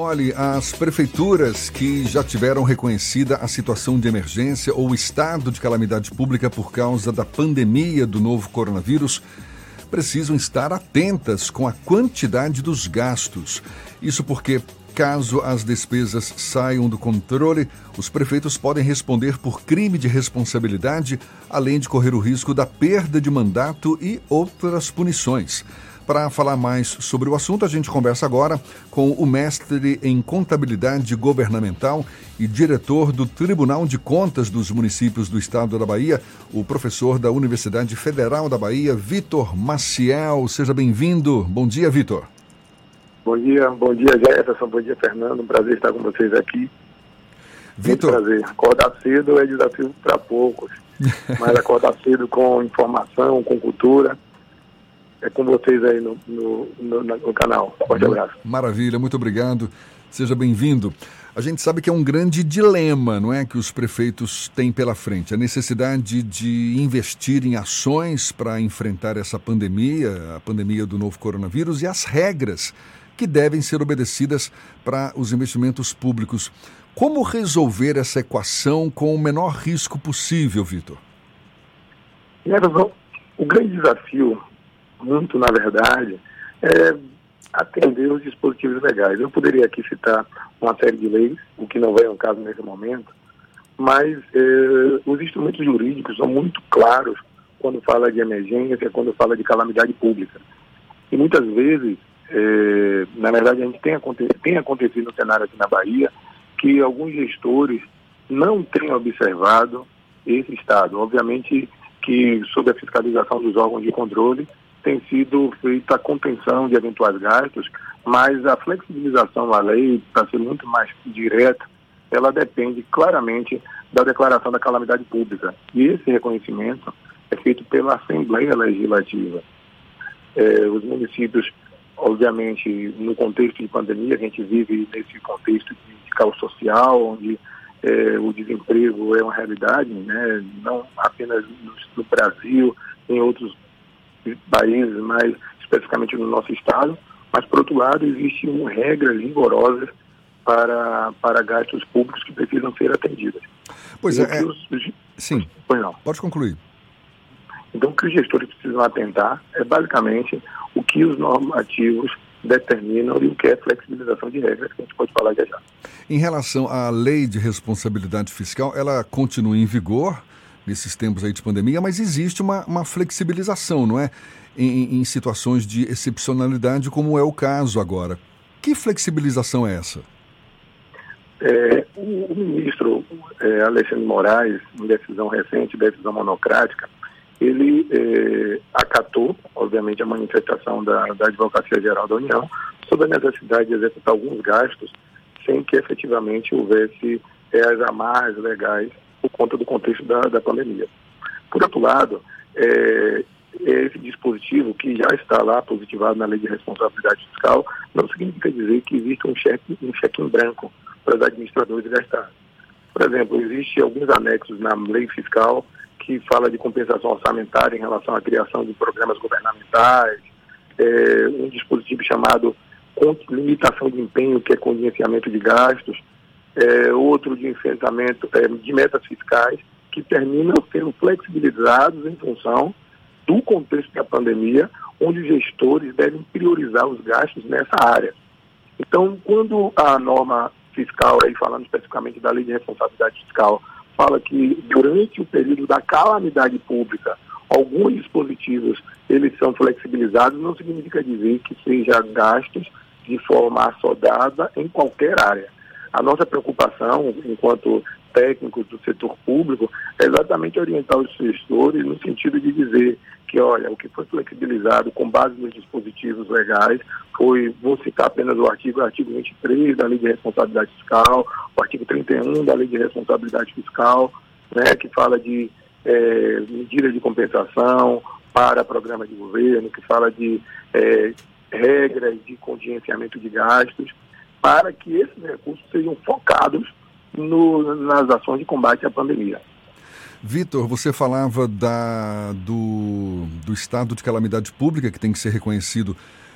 Olhe, as prefeituras que já tiveram reconhecida a situação de emergência ou estado de calamidade pública por causa da pandemia do novo coronavírus precisam estar atentas com a quantidade dos gastos. Isso porque, caso as despesas saiam do controle, os prefeitos podem responder por crime de responsabilidade, além de correr o risco da perda de mandato e outras punições. Para falar mais sobre o assunto, a gente conversa agora com o mestre em Contabilidade Governamental e diretor do Tribunal de Contas dos Municípios do Estado da Bahia, o professor da Universidade Federal da Bahia, Vitor Maciel. Seja bem-vindo. Bom dia, Vitor. Bom dia Jefferson, bom dia Fernando, um prazer estar com vocês aqui. Vitor. Muito prazer. Acordar cedo é desafio para poucos, mas acordar cedo com informação, com cultura, é com vocês aí no canal. Forte abraço. Maravilha, muito obrigado. Seja bem-vindo. A gente sabe que é um grande dilema, não é, que os prefeitos têm pela frente. A necessidade de investir em ações para enfrentar essa pandemia, a pandemia do novo coronavírus, e as regras que devem ser obedecidas para os investimentos públicos. Como resolver essa equação com o menor risco possível, Vitor? O grande desafio, muito na verdade, é atender os dispositivos legais. Eu poderia aqui citar uma série de leis, o que não vem ao caso nesse momento, mas os instrumentos jurídicos são muito claros quando fala de emergência, quando fala de calamidade pública. E muitas vezes, na verdade, a gente tem acontecido no cenário aqui na Bahia, que alguns gestores não têm observado esse estado. Obviamente que, sob a fiscalização dos órgãos de controle, tem sido feita a contenção de eventuais gastos, mas a flexibilização da lei, para ser muito mais direta, ela depende claramente da declaração da calamidade pública. E esse reconhecimento é feito pela Assembleia Legislativa. Os municípios, obviamente, no contexto de pandemia, a gente vive nesse contexto de caos social, onde o desemprego é uma realidade, né? Não apenas no Brasil, em outros países, mas especificamente no nosso estado, mas, por outro lado, existem regras rigorosas para gastos públicos que precisam ser atendidas. Pois sim, pois não. Pode concluir. Então, o que os gestores precisam atentar é basicamente o que os normativos determinam e o que é flexibilização de regras, que a gente pode falar já. Em relação à lei de responsabilidade fiscal, ela continua em vigor nesses tempos aí de pandemia, mas existe uma flexibilização, não é? Em situações de excepcionalidade, como é o caso agora. Que flexibilização é essa? O ministro Alexandre Moraes, em decisão recente, decisão monocrática, ele acatou, obviamente, a manifestação da Advocacia Geral da União sobre a necessidade de executar alguns gastos sem que efetivamente houvesse as amarras legais por conta do contexto da pandemia. Por outro lado, esse dispositivo que já está lá positivado na Lei de Responsabilidade Fiscal não significa dizer que existe um cheque em branco para os administradores gastar. Por exemplo, existem alguns anexos na lei fiscal que fala de compensação orçamentária em relação à criação de programas governamentais, um dispositivo chamado limitação de empenho, que é contingenciamento de gastos, outro de enfrentamento de metas fiscais, que terminam sendo flexibilizados em função do contexto da pandemia, onde os gestores devem priorizar os gastos nessa área. Então, quando a norma fiscal, aí falando especificamente da Lei de Responsabilidade Fiscal, fala que durante o período da calamidade pública, alguns dispositivos eles são flexibilizados, não significa dizer que seja gastos de forma assodada em qualquer área. A nossa preocupação, enquanto técnicos do setor público, é exatamente orientar os gestores no sentido de dizer que, olha, o que foi flexibilizado com base nos dispositivos legais vou citar apenas o artigo 23 da Lei de Responsabilidade Fiscal, o artigo 31 da Lei de Responsabilidade Fiscal, né, que fala de medidas de compensação para programas de governo, que fala de regras de contingenciamento de gastos, para que esses recursos sejam focados nas ações de combate à pandemia. Vitor, você falava do estado de calamidade pública que tem que ser reconhecido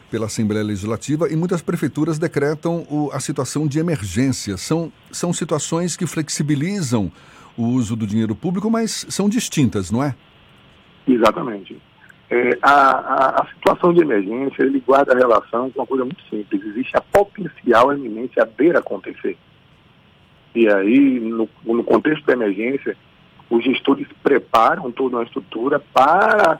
pela Assembleia Legislativa e muitas prefeituras decretam a situação de emergência. São situações que flexibilizam o uso do dinheiro público, mas são distintas, não é? Exatamente. A situação de emergência, ele guarda relação com uma coisa muito simples. Existe a potencial eminência a ver acontecer. E aí, no contexto da emergência, os gestores preparam toda uma estrutura para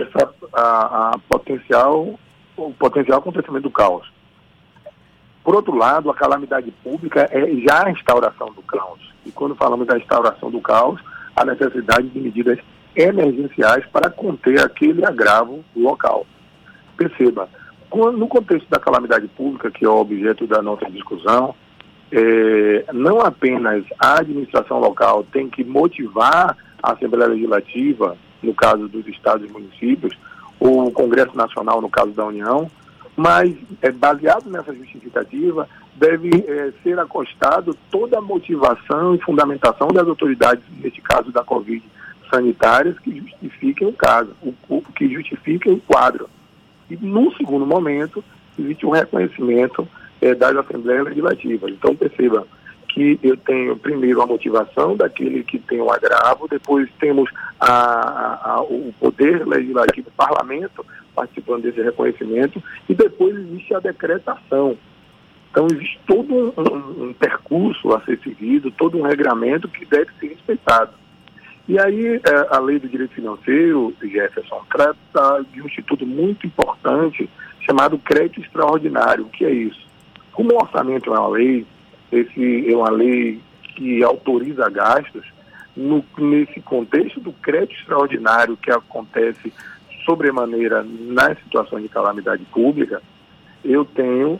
o potencial acontecimento do caos. Por outro lado, a calamidade pública é já a instauração do caos. E quando falamos da instauração do caos, a necessidade de medidas emergenciais para conter aquele agravo local. Perceba, no contexto da calamidade pública, que é o objeto da nossa discussão, não apenas a administração local tem que motivar a Assembleia Legislativa, no caso dos estados e municípios, ou o Congresso Nacional, no caso da União, mas, baseado nessa justificativa, deve ser acostado toda a motivação e fundamentação das autoridades, neste caso da Covid, sanitárias, que justifiquem o caso, que justifiquem o quadro. E, num segundo momento, existe um reconhecimento das Assembleias Legislativas. Então, perceba que eu tenho, primeiro, a motivação daquele que tem o agravo, depois temos o Poder Legislativo, o Parlamento, participando desse reconhecimento, e depois existe a decretação. Então, existe todo um percurso a ser seguido, todo um regramento que deve ser respeitado. E aí, a Lei do Direito Financeiro, Jefferson, trata de um instituto muito importante chamado crédito extraordinário. O que é isso? Como o orçamento é uma lei, é uma lei que autoriza gastos, nesse contexto do crédito extraordinário que acontece sobremaneira nas situações de calamidade pública, eu tenho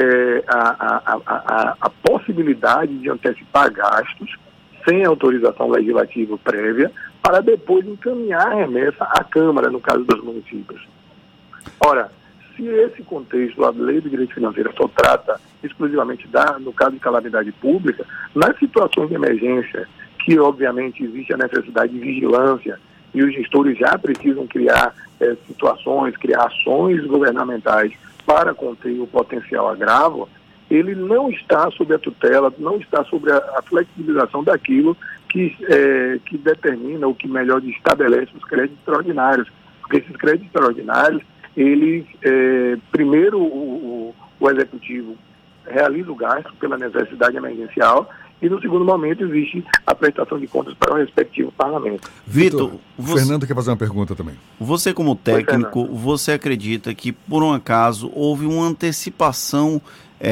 a possibilidade de antecipar gastos sem autorização legislativa prévia, para depois encaminhar a remessa à Câmara, no caso dos municípios. Ora, se esse contexto, a Lei do Direito Financeiro, só trata exclusivamente no caso de calamidade pública, nas situações de emergência, que obviamente existe a necessidade de vigilância, e os gestores já precisam criar situações, criar ações governamentais para conter o potencial agravo, ele não está sob a tutela, não está sob a flexibilização daquilo que determina, ou que melhor estabelece os créditos extraordinários. Porque esses créditos extraordinários, eles, primeiro o Executivo realiza o gasto pela necessidade emergencial, e no segundo momento existe a prestação de contas para o respectivo parlamento. Vitor, Fernando quer fazer uma pergunta também. Você, como técnico, você acredita que por um acaso houve uma antecipação,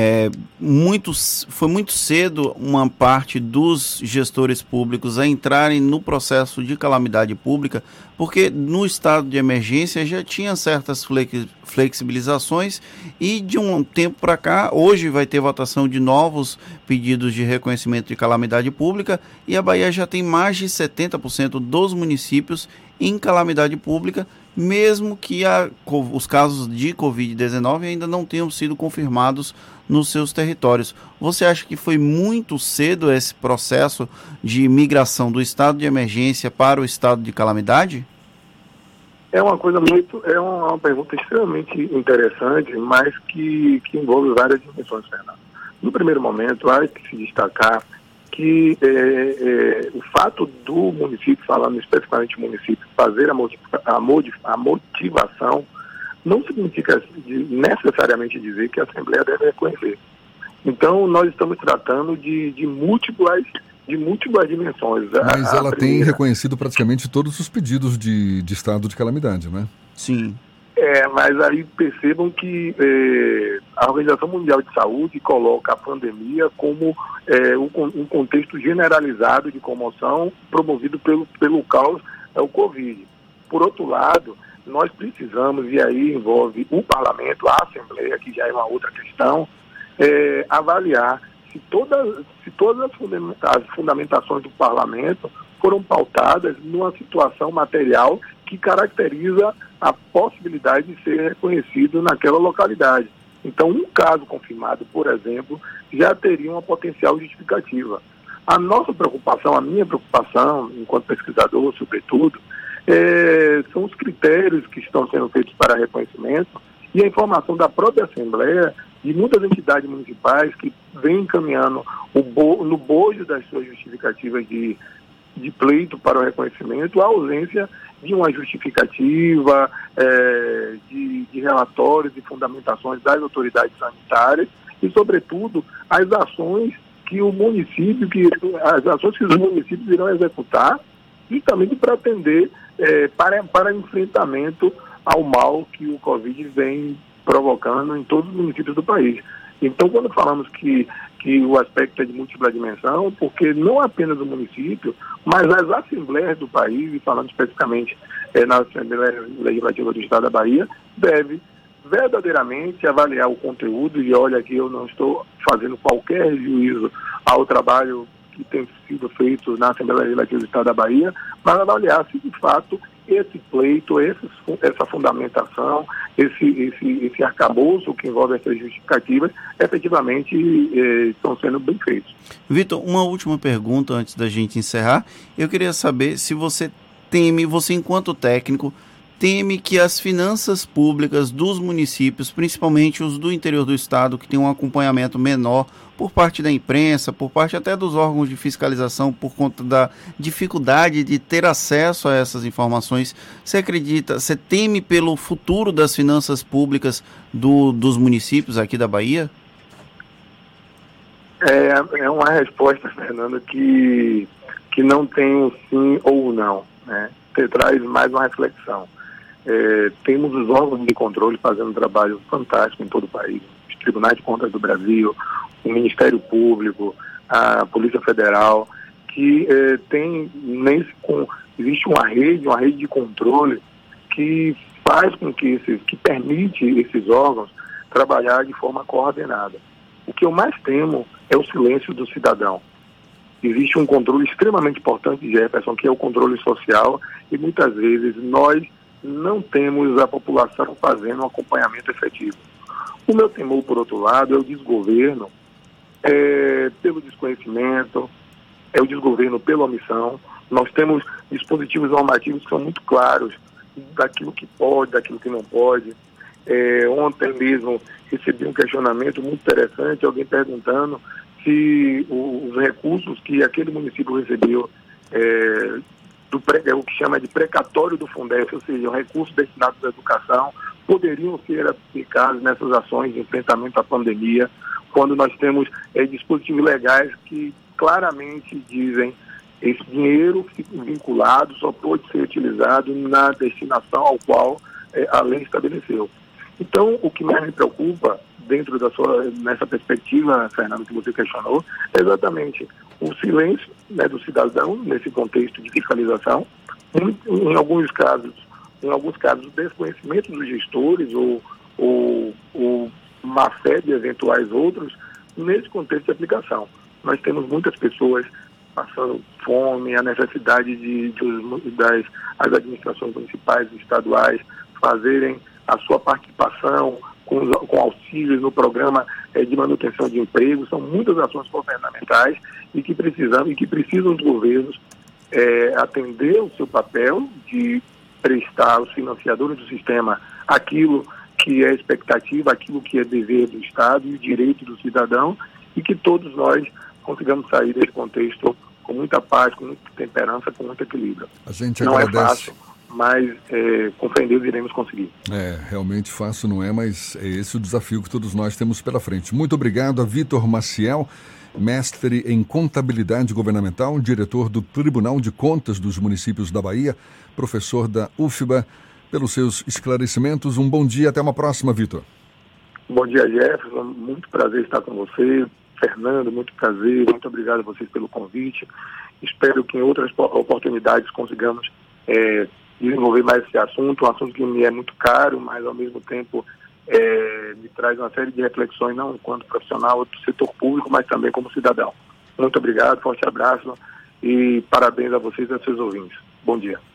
foi muito cedo uma parte dos gestores públicos a entrarem no processo de calamidade pública, porque no estado de emergência já tinha certas flexibilizações, e de um tempo para cá, hoje vai ter votação de novos pedidos de reconhecimento de calamidade pública, e a Bahia já tem mais de 70% dos municípios em calamidade pública, mesmo que os casos de Covid-19 ainda não tenham sido confirmados nos seus territórios. Você acha que foi muito cedo esse processo de migração do estado de emergência para o estado de calamidade? É uma pergunta extremamente interessante, mas que envolve várias dimensões, Fernando. No primeiro momento, há que se destacar que o fato do município, falando especificamente do município, fazer a motivação, não significa necessariamente dizer que a Assembleia deve reconhecer. Então, nós estamos tratando de múltiplas dimensões. Mas ela tem reconhecido praticamente todos os pedidos de estado de calamidade, não é? Sim. Mas aí percebam que a Organização Mundial de Saúde coloca a pandemia como um contexto generalizado de comoção promovido pelo caos, o Covid. Por outro lado, nós precisamos, e aí envolve o Parlamento, a Assembleia, que já é uma outra questão, avaliar se todas as fundamentações do Parlamento foram pautadas numa situação material que caracteriza a possibilidade de ser reconhecido naquela localidade. Então, um caso confirmado, por exemplo, já teria uma potencial justificativa. A minha preocupação, enquanto pesquisador, sobretudo, são os critérios que estão sendo feitos para reconhecimento e a informação da própria Assembleia de muitas entidades municipais que vêm encaminhando no bojo das suas justificativas de pleito para o reconhecimento, a ausência de uma justificativa, de relatórios e fundamentações das autoridades sanitárias e, sobretudo, as ações que os municípios irão executar, e também para atender para enfrentamento ao mal que o Covid vem provocando em todos os municípios do país. Então, quando falamos que o aspecto é de múltipla dimensão, porque não apenas o município, mas as assembleias do país, e falando especificamente na Assembleia Legislativa do Estado da Bahia, deve verdadeiramente avaliar o conteúdo, e olha que eu não estou fazendo qualquer juízo ao trabalho que tem sido feito na Assembleia Legislativa do Estado da Bahia, mas avaliar se de fato esse pleito, essa fundamentação, esse arcabouço que envolve essas justificativas, efetivamente estão sendo bem feitos. Vitor, uma última pergunta antes da gente encerrar. Eu queria saber se você enquanto técnico, teme que as finanças públicas dos municípios, principalmente os do interior do estado, que tem um acompanhamento menor por parte da imprensa, por parte até dos órgãos de fiscalização, por conta da dificuldade de ter acesso a essas informações, você teme pelo futuro das finanças públicas dos municípios aqui da Bahia? É uma resposta, Fernando, que não tem um sim ou não, né? Você traz mais uma reflexão. Temos os órgãos de controle fazendo um trabalho fantástico em todo o país, os tribunais de contas do Brasil, o Ministério Público, a Polícia Federal, que existe uma rede de controle que faz com que permite esses órgãos trabalhar de forma coordenada. O que eu mais temo é o silêncio do cidadão. Existe um controle extremamente importante, Jefferson, que é o controle social, e muitas vezes nós não temos a população fazendo um acompanhamento efetivo. O meu temor, por outro lado, é o desgoverno pelo desconhecimento, é o desgoverno pela omissão. Nós temos dispositivos normativos que são muito claros daquilo que pode, daquilo que não pode. Ontem mesmo recebi um questionamento muito interessante, alguém perguntando se os recursos que aquele município recebeu o que chama de precatório do Fundef, ou seja, o recurso destinado à educação, poderiam ser aplicados nessas ações de enfrentamento à pandemia, quando nós temos dispositivos legais que claramente dizem esse dinheiro vinculado só pode ser utilizado na destinação ao qual a lei estabeleceu. Então, o que mais me preocupa, nessa perspectiva, Fernando, que você questionou, é exatamente o silêncio, né, do cidadão nesse contexto de fiscalização, em alguns casos, o desconhecimento dos gestores ou má fé de eventuais outros nesse contexto de aplicação. Nós temos muitas pessoas passando fome, a necessidade das administrações municipais e estaduais fazerem a sua participação com auxílios no programa de manutenção de emprego. São muitas ações governamentais e que precisam os governos atender o seu papel de prestar aos financiadores do sistema aquilo que é expectativa, aquilo que é dever do Estado e o direito do cidadão, e que todos nós consigamos sair desse contexto com muita paz, com muita temperança, com muito equilíbrio. A gente não agradece. É fácil, mas com fé em Deus iremos conseguir. Realmente fácil não é, mas é esse o desafio que todos nós temos pela frente. Muito obrigado a Vitor Maciel, mestre em contabilidade governamental, diretor do Tribunal de Contas dos Municípios da Bahia, professor da UFBA, pelos seus esclarecimentos. Um bom dia, até uma próxima, Vitor. Bom dia, Jefferson. Muito prazer estar com você. Fernando, muito prazer. Muito obrigado a vocês pelo convite. Espero que em outras oportunidades consigamos desenvolver mais esse assunto, um assunto que me é muito caro, mas ao mesmo tempo me traz uma série de reflexões, não enquanto profissional do setor público, mas também como cidadão. Muito obrigado, forte abraço e parabéns a vocês e a seus ouvintes. Bom dia.